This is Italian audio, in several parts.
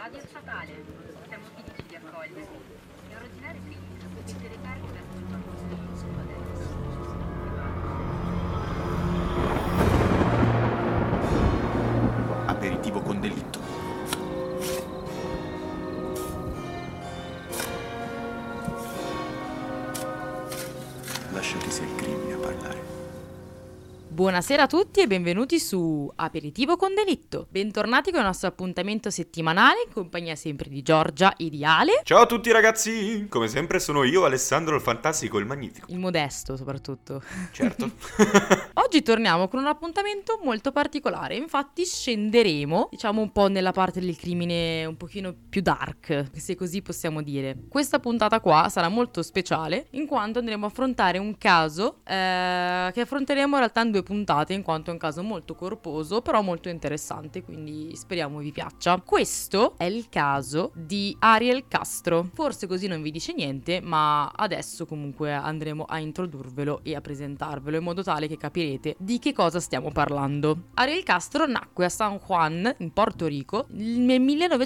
Radio Statale, siamo felici di accogliervi. È ordinaria clinica, potete recarvi verso il nostro adesso. Aperitivo con delitto. Lascia che sia il crimine a parlare. Buonasera a tutti e benvenuti su Aperitivo con Delitto. Bentornati con il nostro appuntamento settimanale in compagnia sempre di Giorgia e di Ale. Ciao a tutti ragazzi! Come sempre sono io, Alessandro il Fantastico, il Magnifico. Il modesto soprattutto. Certo. Oggi torniamo con un appuntamento molto particolare. Infatti scenderemo, diciamo, un po' nella parte del crimine un pochino più dark, se così possiamo dire. Questa puntata qua sarà molto speciale in quanto andremo a affrontare un caso che affronteremo in realtà in 2 puntate, in quanto è un caso molto corposo però molto interessante, quindi speriamo vi piaccia. Questo è il caso di Ariel Castro. Forse così non vi dice niente, ma adesso comunque andremo a introdurvelo e a presentarvelo in modo tale che capirete di che cosa stiamo parlando. Ariel Castro nacque a San Juan in Porto Rico nel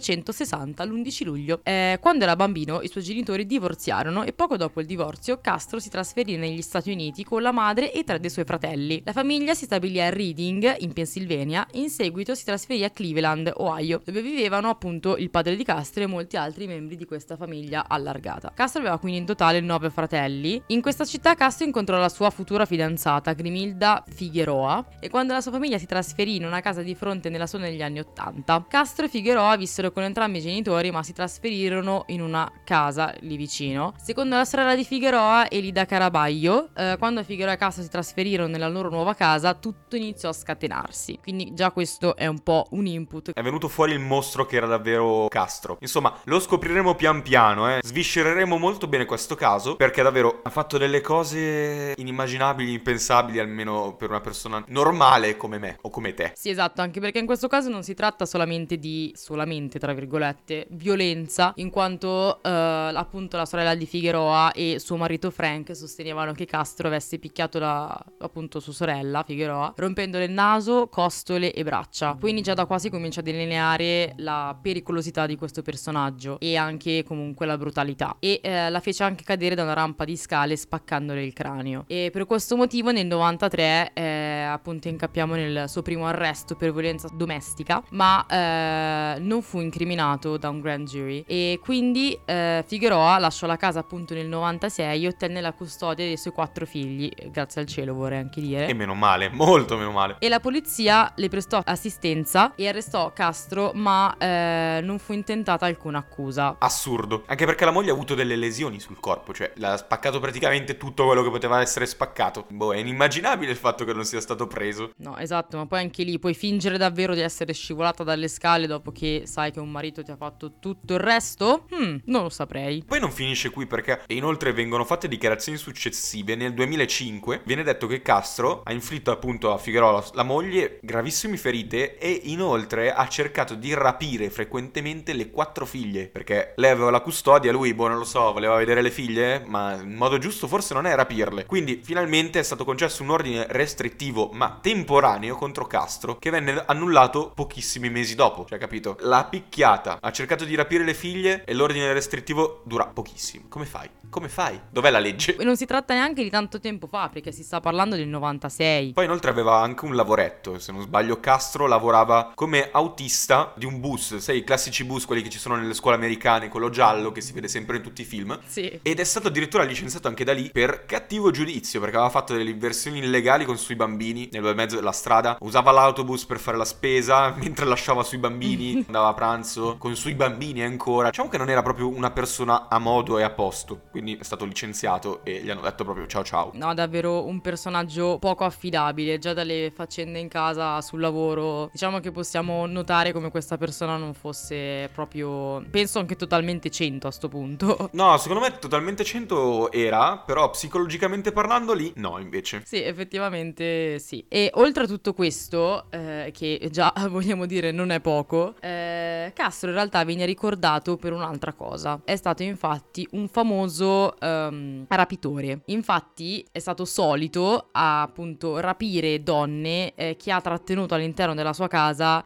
1960, l'11 luglio. Quando era bambino i suoi genitori divorziarono e poco dopo il divorzio Castro si trasferì negli Stati Uniti con la madre e 3 dei suoi fratelli. La famiglia si stabilì a Reading, in Pennsylvania, e in seguito si trasferì a Cleveland, Ohio, dove vivevano appunto il padre di Castro e molti altri membri di questa famiglia allargata. Castro aveva quindi in totale 9 fratelli. In questa città Castro incontrò la sua futura fidanzata, Grimilda Figueroa, e quando la sua famiglia si trasferì in una casa di fronte nella zona negli anni 80, Castro e Figueroa vissero con entrambi i genitori, ma si trasferirono in una casa lì vicino. Secondo la sorella di Figueroa, Elida Caraballo, quando Figueroa e Castro si trasferirono nella loro nuova casa, tutto iniziò a scatenarsi. Quindi già questo è un po' un input. È venuto fuori il mostro che era davvero Castro. Insomma, lo scopriremo pian piano, Sviscereremo molto bene questo caso, perché davvero ha fatto delle cose inimmaginabili, impensabili, almeno per una persona normale come me o come te. Sì, esatto, anche perché in questo caso non si tratta solamente tra virgolette, violenza, in quanto appunto la sorella di Figueroa e suo marito Frank sostenevano che Castro avesse picchiato appunto sua sorella Figueroa, rompendole il naso, costole e braccia. Quindi già da qua si comincia a delineare la pericolosità di questo personaggio e anche comunque la brutalità. E la fece anche cadere da una rampa di scale spaccandole il cranio. E per questo motivo nel 93 appunto incappiamo nel suo primo arresto per violenza domestica, ma non fu incriminato da un grand jury. E quindi Figueroa lasciò la casa appunto nel 96 e ottenne la custodia dei suoi 4 figli, grazie al cielo vorrei anche dire. E meno male, molto meno male. E la polizia le prestò assistenza e arrestò Castro, ma non fu intentata alcuna accusa. Assurdo. Anche perché la moglie ha avuto delle lesioni sul corpo, cioè l'ha spaccato praticamente tutto quello che poteva essere spaccato. Boh, è inimmaginabile il fatto che non sia stato preso. No, esatto, ma poi anche lì puoi fingere davvero di essere scivolata dalle scale dopo che sai che un marito ti ha fatto tutto il resto? Non lo saprei. Poi non finisce qui, perché inoltre vengono fatte dichiarazioni successive. Nel 2005 viene detto che Castro ha inflitto appunto a Figueroa, la moglie, gravissime ferite e inoltre ha cercato di rapire frequentemente le 4 figlie, perché lei aveva la custodia, lui, non lo so, voleva vedere le figlie, ma il modo giusto forse non è rapirle. Quindi finalmente è stato concesso un ordine restrittivo ma temporaneo contro Castro, che venne annullato pochissimi mesi dopo. Cioè, capito? L'ha picchiata, ha cercato di rapire le figlie e l'ordine restrittivo dura pochissimo. Come fai? Come fai? Dov'è la legge? E non si tratta neanche di tanto tempo fa, perché si sta parlando del 96. Poi inoltre aveva anche un lavoretto, se non sbaglio Castro lavorava come autista di un bus, sai, i classici bus, quelli che ci sono nelle scuole americane, quello giallo che si vede sempre in tutti i film. Sì. Ed è stato addirittura licenziato anche da lì per cattivo giudizio, perché aveva fatto delle inversioni illegali con sui bambini nel bel mezzo della strada, usava l'autobus per fare la spesa mentre lasciava sui bambini, andava a pranzo con sui bambini ancora. Diciamo che non era proprio una persona a modo e a posto, quindi è stato licenziato e gli hanno detto proprio ciao ciao. No, davvero un personaggio poco affidabile, già dalle faccende in casa, sul lavoro. Diciamo che possiamo notare come questa persona non fosse proprio, penso anche totalmente 100 a sto punto. No, secondo me totalmente 100 era, però psicologicamente parlando lì no, invece. Sì, effettivamente sì. E oltre a tutto questo, che già vogliamo dire non è poco, Castro in realtà viene ricordato per un'altra cosa. È stato infatti un famoso rapitore. Infatti è stato solito a appunto rapire donne che ha trattenuto all'interno della sua casa.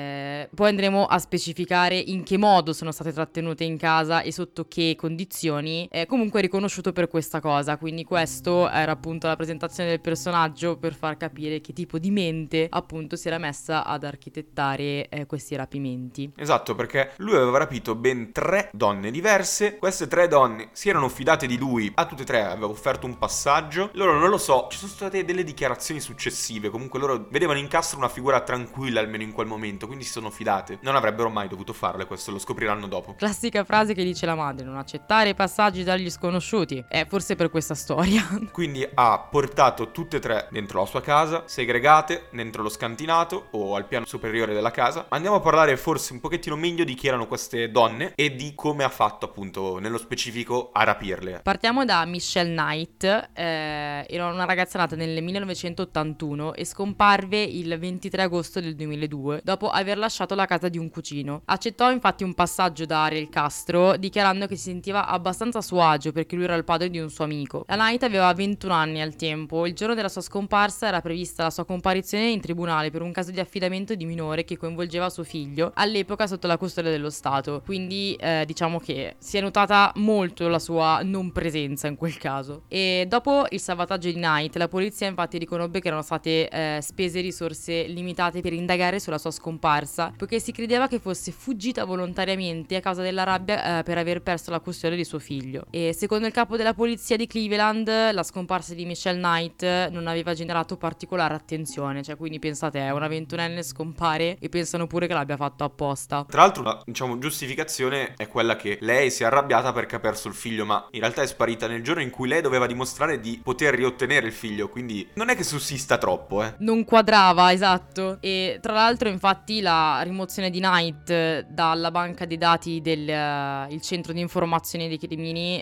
Poi andremo a specificare in che modo sono state trattenute in casa e sotto che condizioni. Comunque è riconosciuto per questa cosa, quindi questo era appunto la presentazione del personaggio per far capire che tipo di mente appunto si era messa ad architettare questi rapimenti. Esatto, perché lui aveva rapito ben 3 donne diverse. Queste 3 donne si erano fidate di lui, a tutte e 3 aveva offerto un passaggio. Loro non lo so, ci sono state delle dichiarazioni successive, comunque loro vedevano in Castro una figura tranquilla almeno in quel momento, quindi si sono fidate. Non avrebbero mai dovuto farle, questo lo scopriranno dopo. Classica frase che dice la madre: non accettare i passaggi dagli sconosciuti. Forse per questa storia. Quindi ha portato tutte e 3 dentro la sua casa, segregate dentro lo scantinato o al piano superiore della casa. Andiamo a parlare forse un pochettino meglio di chi erano queste donne e di come ha fatto appunto nello specifico a rapirle. Partiamo da Michelle Knight. Era una ragazza nata nel 1981 e scomparve il 23 agosto del 2002 dopo aver lasciato la casa di un cugino. Accettò infatti un passaggio da Ariel Castro dichiarando che si sentiva abbastanza a suo agio perché lui era il padre di un suo amico. La Knight aveva 21 anni al tempo. Il giorno della sua scomparsa era prevista la sua comparizione in tribunale per un caso di affidamento di minore che coinvolgeva suo figlio, all'epoca sotto la custodia dello Stato. Quindi diciamo che si è notata molto la sua non presenza in quel caso. E dopo il salvataggio di Knight, la polizia infatti riconobbe che erano state spese risorse limitate per indagare sulla sua scomparsa, poiché si credeva che fosse fuggita volontariamente a causa della rabbia per aver perso la custodia di suo figlio. E secondo il capo della polizia di Cleveland, la scomparsa di Michelle Knight non aveva generato particolare attenzione. Cioè, quindi pensate, una 21enne scompare e pensano pure che l'abbia fatto apposta. Tra l'altro la, diciamo, giustificazione è quella che lei si è arrabbiata perché ha perso il figlio, ma in realtà è sparita nel giorno in cui lei doveva dimostrare di poter riottenere il figlio, quindi non è che sussista troppo, Non quadrava, esatto. E tra l'altro infatti la rimozione di Knight dalla banca dei dati del il centro di informazione dei crimini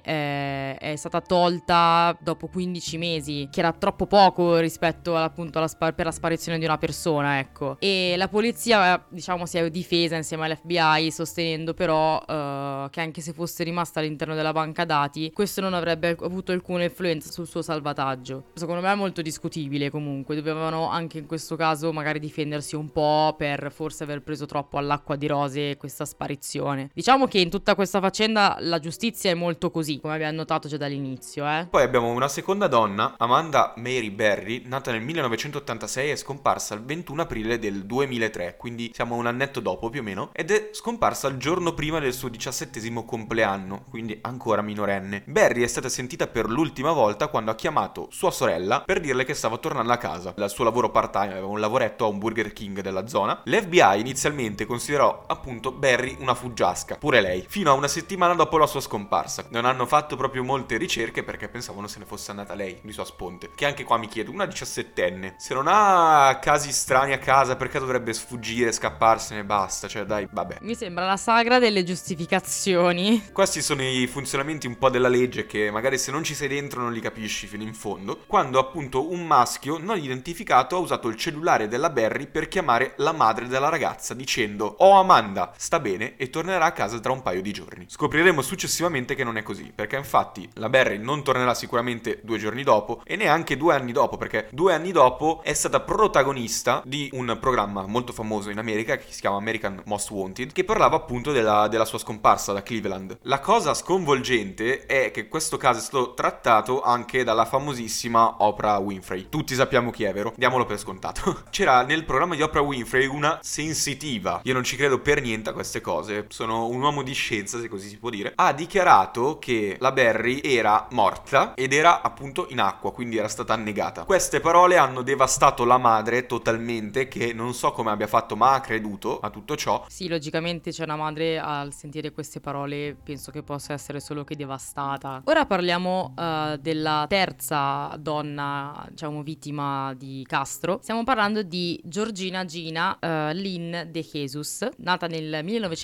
è stata tolta dopo 15 mesi, che era troppo poco rispetto appunto per la sparizione di una persona, ecco. E la polizia diciamo si è difesa insieme all'FBI sostenendo però che anche se fosse rimasta all'interno della banca dati questo non avrebbe avuto alcuna influenza sul suo salvataggio. Secondo me è molto discutibile, comunque dovevano anche in questo caso magari difendersi un po' per forse aver preso troppo all'acqua di rose questa sparizione. Diciamo che in tutta questa faccenda la giustizia è molto così, come abbiamo notato già dall'inizio, Poi abbiamo una seconda donna, Amanda Mary Berry, nata nel 1986 e scomparsa il 21 aprile del 2003, quindi siamo un annetto dopo più o meno, ed è scomparsa il giorno prima del suo 17° compleanno, quindi ancora minorenne. Berry è stata sentita per l'ultima volta quando ha chiamato sua sorella per dirle che stava tornando a casa dal suo lavoro part-time, aveva un lavoretto a un Burger King della zona. L'FBI inizialmente considerò appunto Berry una fuggiasca, pure lei, fino a una settimana dopo la sua scomparsa. Non hanno fatto proprio molte ricerche perché pensavano se ne fosse andata lei di sua sponte. Che anche qua mi chiedo, una 17enne, se non ha casi strani a casa, perché dovrebbe sfuggire, scapparsene e basta? Cioè dai, vabbè. Mi sembra la sagra delle giustificazioni. Questi sono i funzionamenti un po' della legge che magari se non ci sei dentro non li capisci fino in fondo. Quando appunto un maschio non identificato ha usato il cellulare della Berry per chiamare la madre della ragazza dicendo: "Oh Amanda, sta bene e tornerà a casa tra un paio di giorni". Scopriremo successivamente che non è così, perché infatti la Berry non tornerà sicuramente 2 giorni dopo e neanche 2 anni dopo, perché 2 anni dopo è stata protagonista di un programma molto famoso in America che si chiama American Most Wanted, che parlava appunto della sua scomparsa da Cleveland. La cosa sconvolgente è che questo caso è stato trattato anche dalla famosissima Oprah Winfrey. Tutti sappiamo chi è, vero? Diamolo per scontato. C'era nel programma di Oprah Winfrey una sensitiva, io non ci credo per niente a queste cose, sono un uomo di scienza se così si può dire, ha dichiarato che la Berry era morta ed era appunto in acqua, quindi era stata annegata. Queste parole hanno devastato la madre totalmente, che non so come abbia fatto ma ha creduto a tutto ciò. Sì, logicamente c'è una madre al sentire queste parole penso che possa essere solo che devastata. Ora parliamo della terza donna, diciamo, vittima di Castro. Stiamo parlando di Georgina Gina Lynn De Jesus, nata nel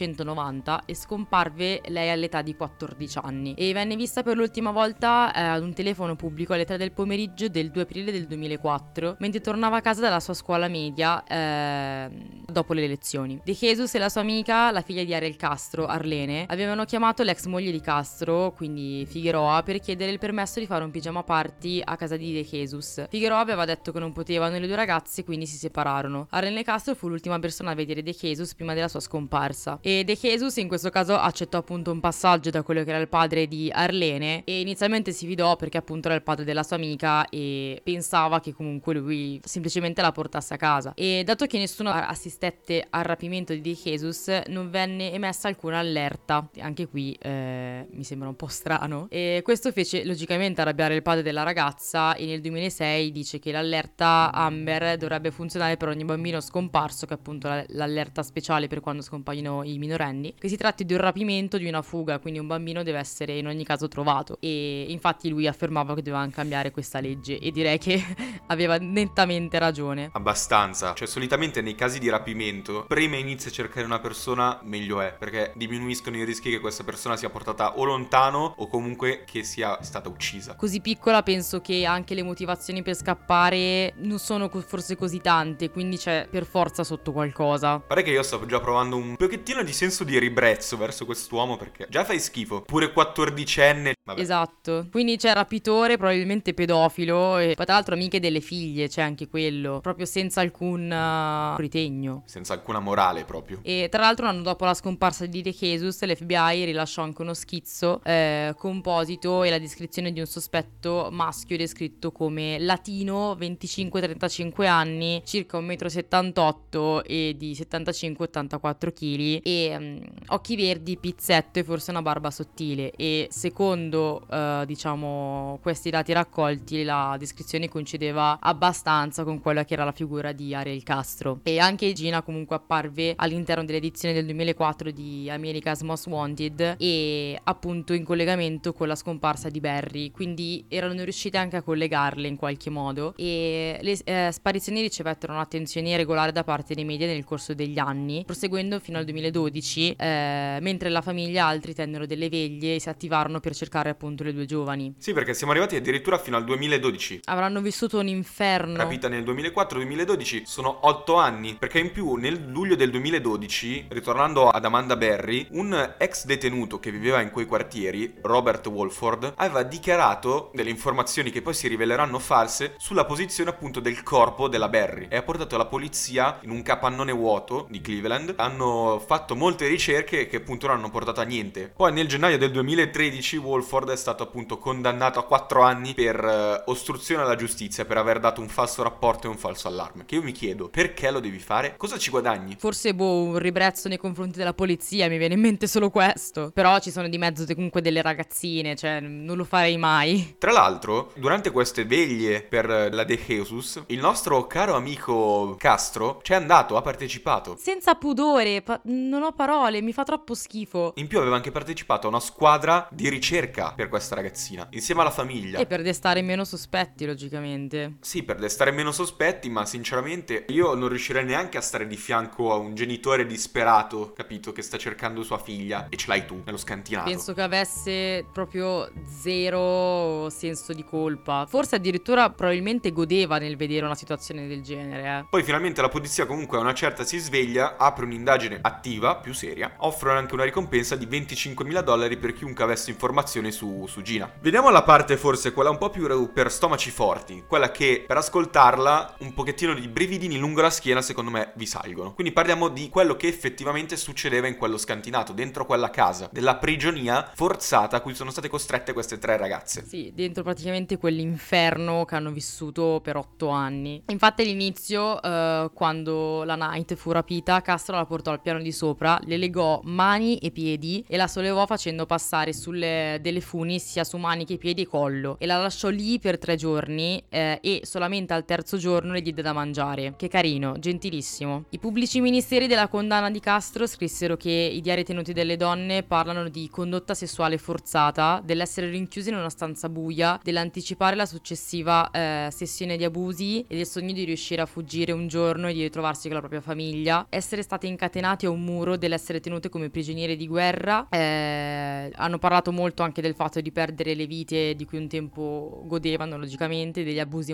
1990 e scomparve lei all'età di 14 anni e venne vista per l'ultima volta ad un telefono pubblico alle 3 del pomeriggio del 2 aprile del 2004. 2004, mentre tornava a casa dalla sua scuola media dopo le elezioni. De Jesus e la sua amica, la figlia di Ariel Castro, Arlene, avevano chiamato l'ex moglie di Castro, quindi Figueroa, per chiedere il permesso di fare un pigiama party a casa di De Jesus. Figueroa aveva detto che non potevano le due ragazze, quindi si separarono. Arlene Castro fu l'ultima persona a vedere De Jesus prima della sua scomparsa, e De Jesus in questo caso accettò appunto un passaggio da quello che era il padre di Arlene, e inizialmente si fidò perché appunto era il padre della sua amica e pensava che comunque lui semplicemente la portasse a casa. E dato che nessuno assistette al rapimento di De Jesus, non venne emessa alcuna allerta. Anche qui mi sembra un po' strano, e questo fece logicamente arrabbiare il padre della ragazza, e nel 2006 dice che l'allerta Amber dovrebbe funzionare per ogni bambino scomparso, che è appunto l'allerta speciale per quando scompaiono i minorenni, che si tratti di un rapimento, di una fuga, quindi un bambino deve essere in ogni caso trovato. E infatti lui affermava che dovevano cambiare questa legge, e direi che aveva nettamente ragione. Abbastanza. Cioè, solitamente nei casi di rapimento, prima inizi a cercare una persona, meglio è, perché diminuiscono i rischi che questa persona sia portata o lontano o comunque che sia stata uccisa. Così piccola penso che anche le motivazioni per scappare non sono forse così tante, quindi c'è per forza sotto qualcosa. Pare che io sto già provando un pochettino di senso di ribrezzo verso quest'uomo, perché già fai schifo. Pure 14enne. Vabbè. Esatto. Quindi c'è rapitore, probabilmente pedofilo, e poi tra l'altro amiche delle figlie, c'è anche quello, proprio senza alcun ritegno. Senza alcuna morale proprio. E tra l'altro un anno dopo la scomparsa di De Jesus, l'FBI rilasciò anche uno schizzo composito e la descrizione di un sospetto maschio descritto come latino, 25-35 anni, circa 1,78 m e di 75-84 kg, e occhi verdi, pizzetto e forse una barba sottile. E secondo diciamo questi dati raccolti, la descrizione coincideva abbastanza con quella che era la figura di Ariel Castro. E anche Gina comunque apparve all'interno dell'edizione del 2004 di America's Most Wanted, e appunto in collegamento con la scomparsa di Barry, quindi erano riuscite anche a collegarle in qualche modo, e le sparizioni ricevettero un'attenzione regolare da parte dei media nel corso degli anni, proseguendo fino al 2012, mentre la famiglia e altri tennero delle veglie e si attivarono per cercare appunto le due giovani. Sì, perché siamo arrivati addirittura fino al 2012. Avranno vissuto un inferno. Rapita nel 2004-2012 sono 8 anni, perché in più nel luglio del 2012, ritornando ad Amanda Berry, un ex detenuto che viveva in quei quartieri, Robert Wolford, aveva dichiarato delle informazioni che poi si riveleranno false sulla posizione appunto del corpo della Berry, e ha portato la polizia in un capannone vuoto di Cleveland. Hanno fatto molte ricerche che appunto non hanno portato a niente. Poi nel gennaio del 2013 Wolford è stato appunto condannato a 4 anni per ostruzione alla giustizia, per aver dato un falso rapporto e un falso allarme. Che io mi chiedo, perché lo devi fare? Cosa ci guadagni? Forse un ribrezzo nei confronti della polizia, mi viene in mente solo questo. Però ci sono di mezzo comunque delle ragazzine, cioè non lo farei mai. Tra l'altro, durante queste veglie per la De Jesus, il nostro caro amico Castro c'è andato, ha partecipato. Senza pudore, non ho parole, mi fa troppo schifo. In più aveva anche partecipato a una squadra di ricerca per questa ragazzina, insieme alla famiglia. E per destare meno sospetti, logicamente. Sì, per destare meno sospetti, ma sinceramente io non riuscirei neanche a stare di fianco a un genitore disperato, capito, che sta cercando sua figlia, e ce l'hai tu, nello scantinato. Penso che avesse proprio zero senso di colpa. Forse addirittura probabilmente godeva nel vedere una situazione del genere. Poi finalmente la polizia comunque a una certa si sveglia, apre un'indagine attiva, più seria, offrono anche una ricompensa di $25.000 per chiunque avesse informazioni su Gina. Vediamo la parte forse quella un po' più per stomaci forti, quella che per ascoltarla un pochettino di brividini lungo la schiena secondo me vi salgono. Quindi parliamo di quello che effettivamente succedeva in quello scantinato, dentro quella casa, della prigionia forzata a cui sono state costrette queste 3 ragazze. Sì, dentro praticamente quell'inferno che hanno vissuto per 8 anni. Infatti all'inizio, quando la Knight fu rapita, Castro la portò al piano di sopra, le legò mani e piedi e la sollevò facendo passare sulle delle funi sia su mani che piedi e collo, e la lasciò lì per 3 giorni e solamente al terzo giorno le diede da mangiare. Che carino, gentilissimo. I pubblici ministeri della condanna di Castro scrissero che i diari tenuti delle donne parlano di condotta sessuale forzata, dell'essere rinchiuse in una stanza buia, dell'anticipare la successiva sessione di abusi e del sogno di riuscire a fuggire un giorno e di ritrovarsi con la propria famiglia, essere state incatenate a un muro, dell'essere tenute come prigioniere di guerra. Hanno parlato molto anche del fatto di perdere le vite di cui un tempo godevano, logicamente, degli abusi emotivi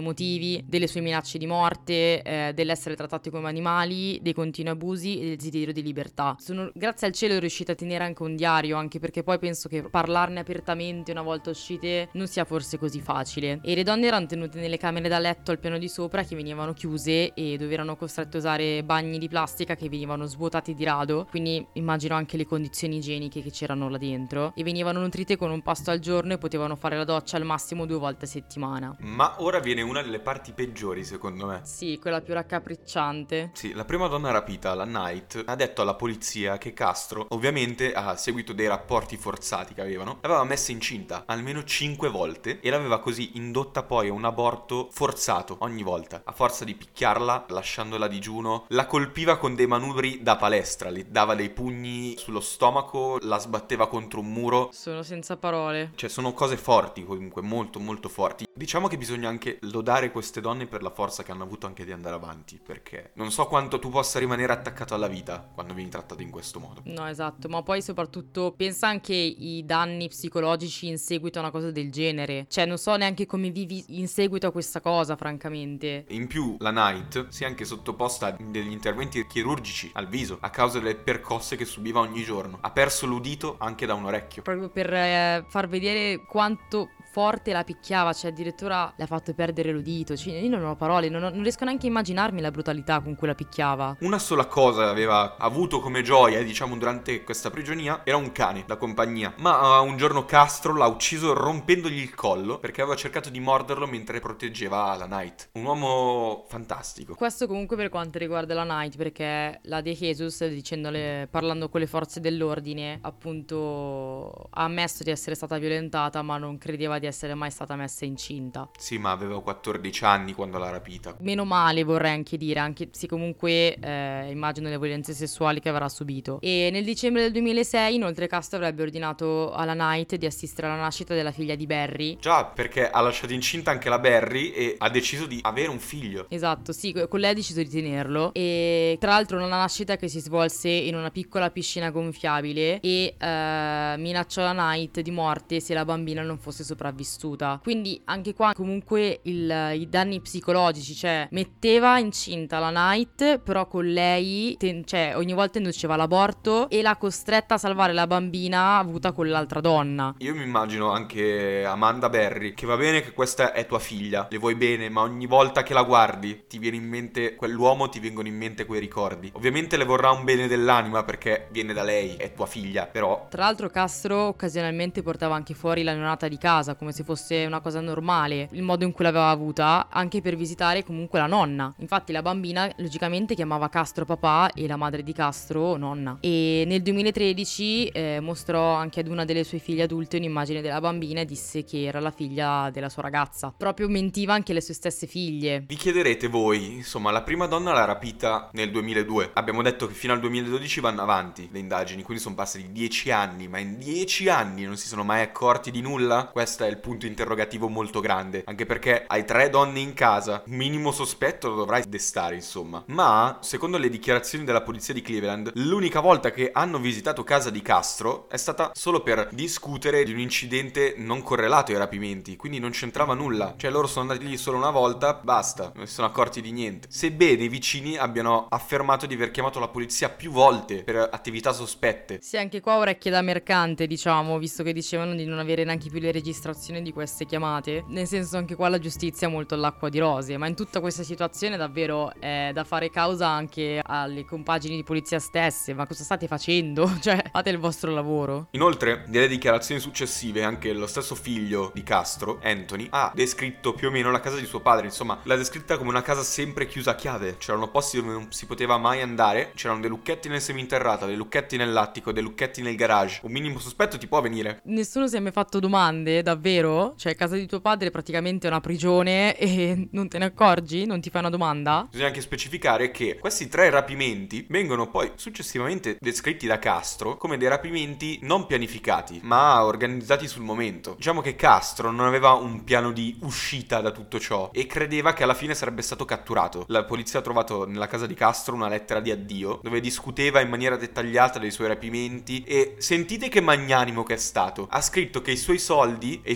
motivi, delle sue minacce di morte, dell'essere trattati come animali, dei continui abusi e del desiderio di libertà. Sono, grazie al cielo, riuscita a tenere anche un diario, anche perché poi penso che parlarne apertamente una volta uscite non sia forse così facile. E le donne erano tenute nelle camere da letto al piano di sopra, che venivano chiuse e dove erano costrette a usare bagni di plastica che venivano svuotati di rado, quindi immagino anche le condizioni igieniche che c'erano là dentro, e venivano nutrite con un pasto al giorno e potevano fare la doccia al massimo 2 volte a settimana. Ma ora viene una delle parti peggiori, secondo me. Sì, quella più raccapricciante. Sì, la prima donna rapita, la Knight, ha detto alla polizia che Castro, ovviamente a seguito dei rapporti forzati che avevano, l'aveva messa incinta almeno 5 volte e l'aveva così indotta poi a un aborto forzato ogni volta, a forza di picchiarla, lasciandola a digiuno, la colpiva con dei manubri da palestra, le dava dei pugni sullo stomaco, la sbatteva contro un muro. Sono senza parole. Cioè sono cose forti comunque, molto molto forti. Diciamo che bisogna anche lodare queste donne per la forza che hanno avuto anche di andare avanti, perché non so quanto tu possa rimanere attaccato alla vita quando vieni trattato in questo modo. No, esatto, ma poi soprattutto pensa anche ai danni psicologici in seguito a una cosa del genere. Cioè non so neanche come vivi in seguito a questa cosa, francamente. In più la Knight si è anche sottoposta a degli interventi chirurgici al viso a causa delle percosse che subiva ogni giorno. Ha perso l'udito anche da un orecchio. Proprio per far vedere quanto forte la picchiava, cioè addirittura le ha fatto perdere l'udito. Cioè, io non ho parole, non riesco neanche a immaginarmi la brutalità con cui la picchiava. Una sola cosa aveva avuto come gioia, diciamo, durante questa prigionia, era un cane da compagnia. Ma un giorno Castro l'ha ucciso rompendogli il collo perché aveva cercato di morderlo mentre proteggeva la Knight. Un uomo fantastico. Questo comunque per quanto riguarda la Knight, perché la De Jesus, parlando con le forze dell'ordine, appunto ha ammesso di essere stata violentata, ma non credeva di essere mai stata messa incinta. Sì, ma aveva 14 anni quando l'ha rapita. Meno male, vorrei anche dire, anche se comunque immagino le violenze sessuali che avrà subito. E nel dicembre del 2006 inoltre Castro avrebbe ordinato alla Knight di assistere alla nascita della figlia di Barry. Già, perché ha lasciato incinta anche la Barry e ha deciso di avere un figlio. Esatto, sì, con lei ha deciso di tenerlo. E tra l'altro una nascita che si svolse in una piccola piscina gonfiabile e minacciò la Knight di morte se la bambina non fosse sopravvissuta. Quindi anche qua comunque i danni psicologici, cioè metteva incinta la Knight, però con lei cioè ogni volta induceva l'aborto e l'ha costretta a salvare la bambina avuta con l'altra donna. Io mi immagino anche Amanda Barry, che va bene che questa è tua figlia, le vuoi bene, ma ogni volta che la guardi ti viene in mente quell'uomo, ti vengono in mente quei ricordi. Ovviamente le vorrà un bene dell'anima perché viene da lei, è tua figlia, però... Tra l'altro Castro occasionalmente portava anche fuori la neonata di casa come se fosse una cosa normale, il modo in cui l'aveva avuta, anche per visitare comunque la nonna. Infatti la bambina logicamente chiamava Castro papà e la madre di Castro nonna. E nel 2013 mostrò anche ad una delle sue figlie adulte un'immagine della bambina e disse che era la figlia della sua ragazza. Proprio mentiva anche le sue stesse figlie. Vi chiederete voi, insomma, la prima donna l'ha rapita nel 2002. Abbiamo detto che fino al 2012 vanno avanti le indagini, quindi sono passati 10 anni, ma in 10 anni non si sono mai accorti di nulla? Questo è il punto interrogativo molto grande, anche perché hai 3 donne in casa, un minimo sospetto lo dovrai destare, insomma. Ma secondo le dichiarazioni della polizia di Cleveland, l'unica volta che hanno visitato casa di Castro è stata solo per discutere di un incidente non correlato ai rapimenti, quindi non c'entrava nulla. Cioè loro sono andati lì solo una volta, basta, non si sono accorti di niente. Sebbene i vicini abbiano affermato di aver chiamato la polizia più volte per attività sospette. Sì, anche qua orecchie da mercante, diciamo, visto che dicevano di non avere neanche più le registrazioni di queste chiamate. Nel senso, anche qua la giustizia è molto all'acqua di rose, ma in tutta questa situazione davvero è da fare causa anche alle compagini di polizia stesse. Ma cosa state facendo? Cioè, fate il vostro lavoro. Inoltre, nelle dichiarazioni successive, anche lo stesso figlio di Castro, Anthony, ha descritto più o meno la casa di suo padre. Insomma, l'ha descritta come una casa sempre chiusa a chiave. C'erano posti dove non si poteva mai andare, c'erano dei lucchetti nel seminterrato, dei lucchetti nell'attico, dei lucchetti nel garage. Un minimo sospetto ti può venire. Nessuno si è mai fatto domande, davvero? Cioè, casa di tuo padre è praticamente una prigione e non te ne accorgi? Non ti fai una domanda? Bisogna anche specificare che questi 3 rapimenti vengono poi successivamente descritti da Castro come dei rapimenti non pianificati, ma organizzati sul momento. Diciamo che Castro non aveva un piano di uscita da tutto ciò e credeva che alla fine sarebbe stato catturato. La polizia ha trovato nella casa di Castro una lettera di addio dove discuteva in maniera dettagliata dei suoi rapimenti e sentite che magnanimo che è stato. Ha scritto che i suoi soldi e i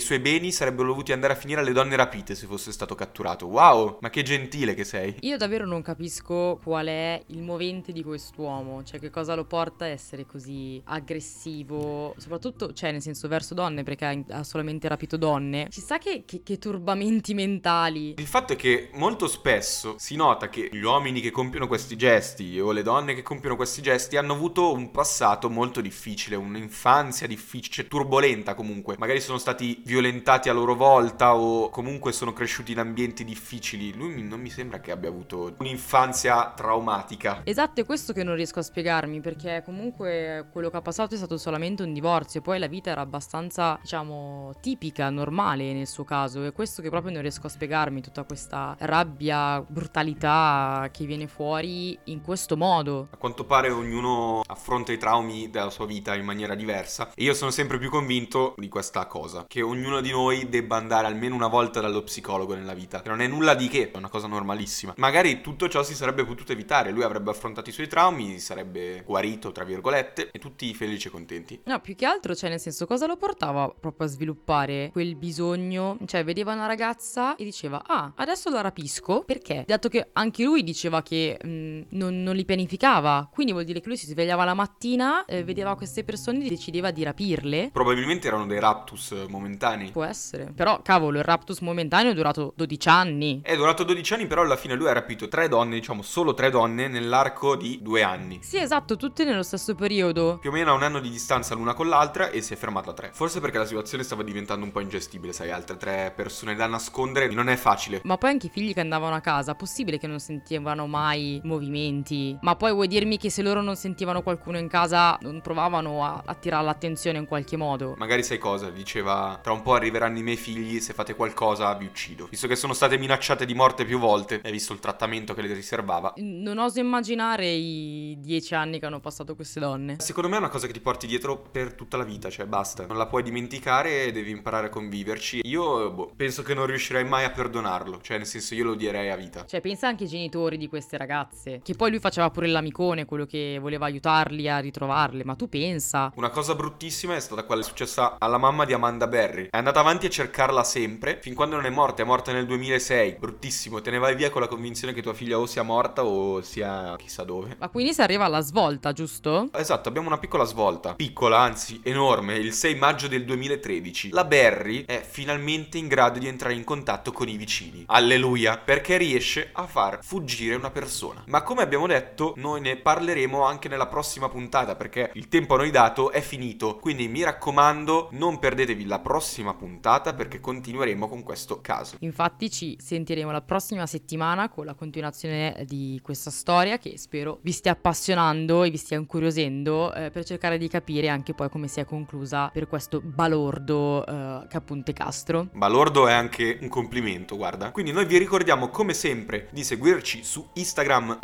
suoi beni sarebbero dovuti andare a finire alle donne rapite se fosse stato catturato. Wow, ma che gentile che sei. Io davvero non capisco qual è il movente di quest'uomo, cioè che cosa lo porta a essere così aggressivo, soprattutto, cioè nel senso verso donne, perché ha solamente rapito donne. Chissà che turbamenti mentali. Il fatto è che molto spesso si nota che gli uomini che compiono questi gesti o le donne che compiono questi gesti hanno avuto un passato molto difficile, un'infanzia difficile, turbolenta comunque. Magari sono stati violentati a loro volta o comunque sono cresciuti in ambienti difficili. Lui non mi sembra che abbia avuto un'infanzia traumatica. Esatto, è questo che non riesco a spiegarmi, perché comunque quello che ha passato è stato solamente un divorzio, poi la vita era abbastanza, diciamo, tipica, normale nel suo caso. È questo che proprio non riesco a spiegarmi, tutta questa rabbia, brutalità che viene fuori in questo modo. A quanto pare ognuno affronta i traumi della sua vita in maniera diversa e io sono sempre più convinto di questa cosa, che ognuno di noi debba andare almeno una volta dallo psicologo nella vita, che non è nulla di che, è una cosa normalissima. Magari tutto ciò si sarebbe potuto evitare, lui avrebbe affrontato i suoi traumi, sarebbe guarito tra virgolette e tutti felici e contenti. No, più che altro, cioè nel senso, cosa lo portava proprio a sviluppare quel bisogno? Cioè vedeva una ragazza e diceva: ah, adesso la rapisco, perché? Dato che anche lui diceva che non li pianificava, quindi vuol dire che lui si svegliava la mattina, vedeva queste persone e decideva di rapirle. Probabilmente erano dei raptus momentanei. Può essere. Però, cavolo, il raptus momentaneo è durato 12 anni. È durato 12 anni, però alla fine lui ha rapito 3 donne, diciamo solo 3 donne, nell'arco di 2 anni. Sì, esatto, tutte nello stesso periodo. Più o meno a un anno di distanza l'una con l'altra e si è fermato a 3. Forse perché la situazione stava diventando un po' ingestibile, sai, altre 3 persone da nascondere non è facile. Ma poi anche i figli che andavano a casa, possibile che non sentivano mai movimenti? Ma poi vuoi dirmi che se loro non sentivano qualcuno in casa non provavano a attirare l'attenzione in qualche modo? Magari sai cosa? Diceva: tra un po' arriveranno i miei figli, se fate qualcosa vi uccido. Visto che sono state minacciate di morte più volte e visto il trattamento che le riservava. Non oso immaginare i 10 anni che hanno passato queste donne. Secondo me è una cosa che ti porti dietro per tutta la vita, cioè basta. Non la puoi dimenticare e devi imparare a conviverci. Io penso che non riuscirei mai a perdonarlo, cioè nel senso io lo odierei a vita. Cioè pensa anche ai genitori di queste ragazze, che poi lui faceva pure l'amicone, quello che voleva aiutarli a ritrovarle, ma tu pensa. Una cosa bruttissima è stata quella successa alla mamma di Amanda Berry. È andata avanti a cercarla sempre, fin quando non è morta nel 2006. Bruttissimo, te ne vai via con la convinzione che tua figlia o sia morta o sia chissà dove. Ma quindi si arriva alla svolta, giusto? Esatto, abbiamo una piccola svolta. Piccola, anzi enorme, il 6 maggio del 2013. La Berry è finalmente in grado di entrare in contatto con i vicini. Alleluia, perché riesce a far fuggire una persona. Ma come abbiamo detto, noi ne parleremo anche nella prossima puntata, perché il tempo a noi dato è finito. Quindi mi raccomando, non perdetevi la prossima puntata, perché continueremo con questo caso. Infatti ci sentiremo la prossima settimana con la continuazione di questa storia, che spero vi stia appassionando e vi stia incuriosendo, per cercare di capire anche poi come si è conclusa per questo balordo che appunto è Castro. Balordo è anche un complimento, guarda. Quindi noi vi ricordiamo come sempre di seguirci su Instagram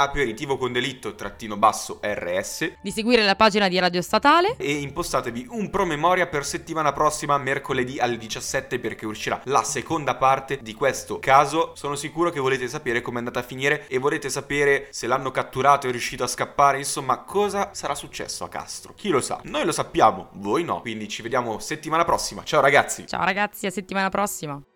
aperitivocondelitto_RS, di seguire la pagina di Radio Statale e impostatevi un promemoria per settimana prossima, mercoledì alle 17, perché uscirà la seconda parte di questo caso. Sono sicuro che volete sapere com'è andata a finire e volete sapere se l'hanno catturato e è riuscito a scappare, insomma cosa sarà successo a Castro. Chi lo sa? Noi lo sappiamo, voi no. Quindi ci vediamo settimana prossima. Ciao ragazzi! Ciao ragazzi, a settimana prossima.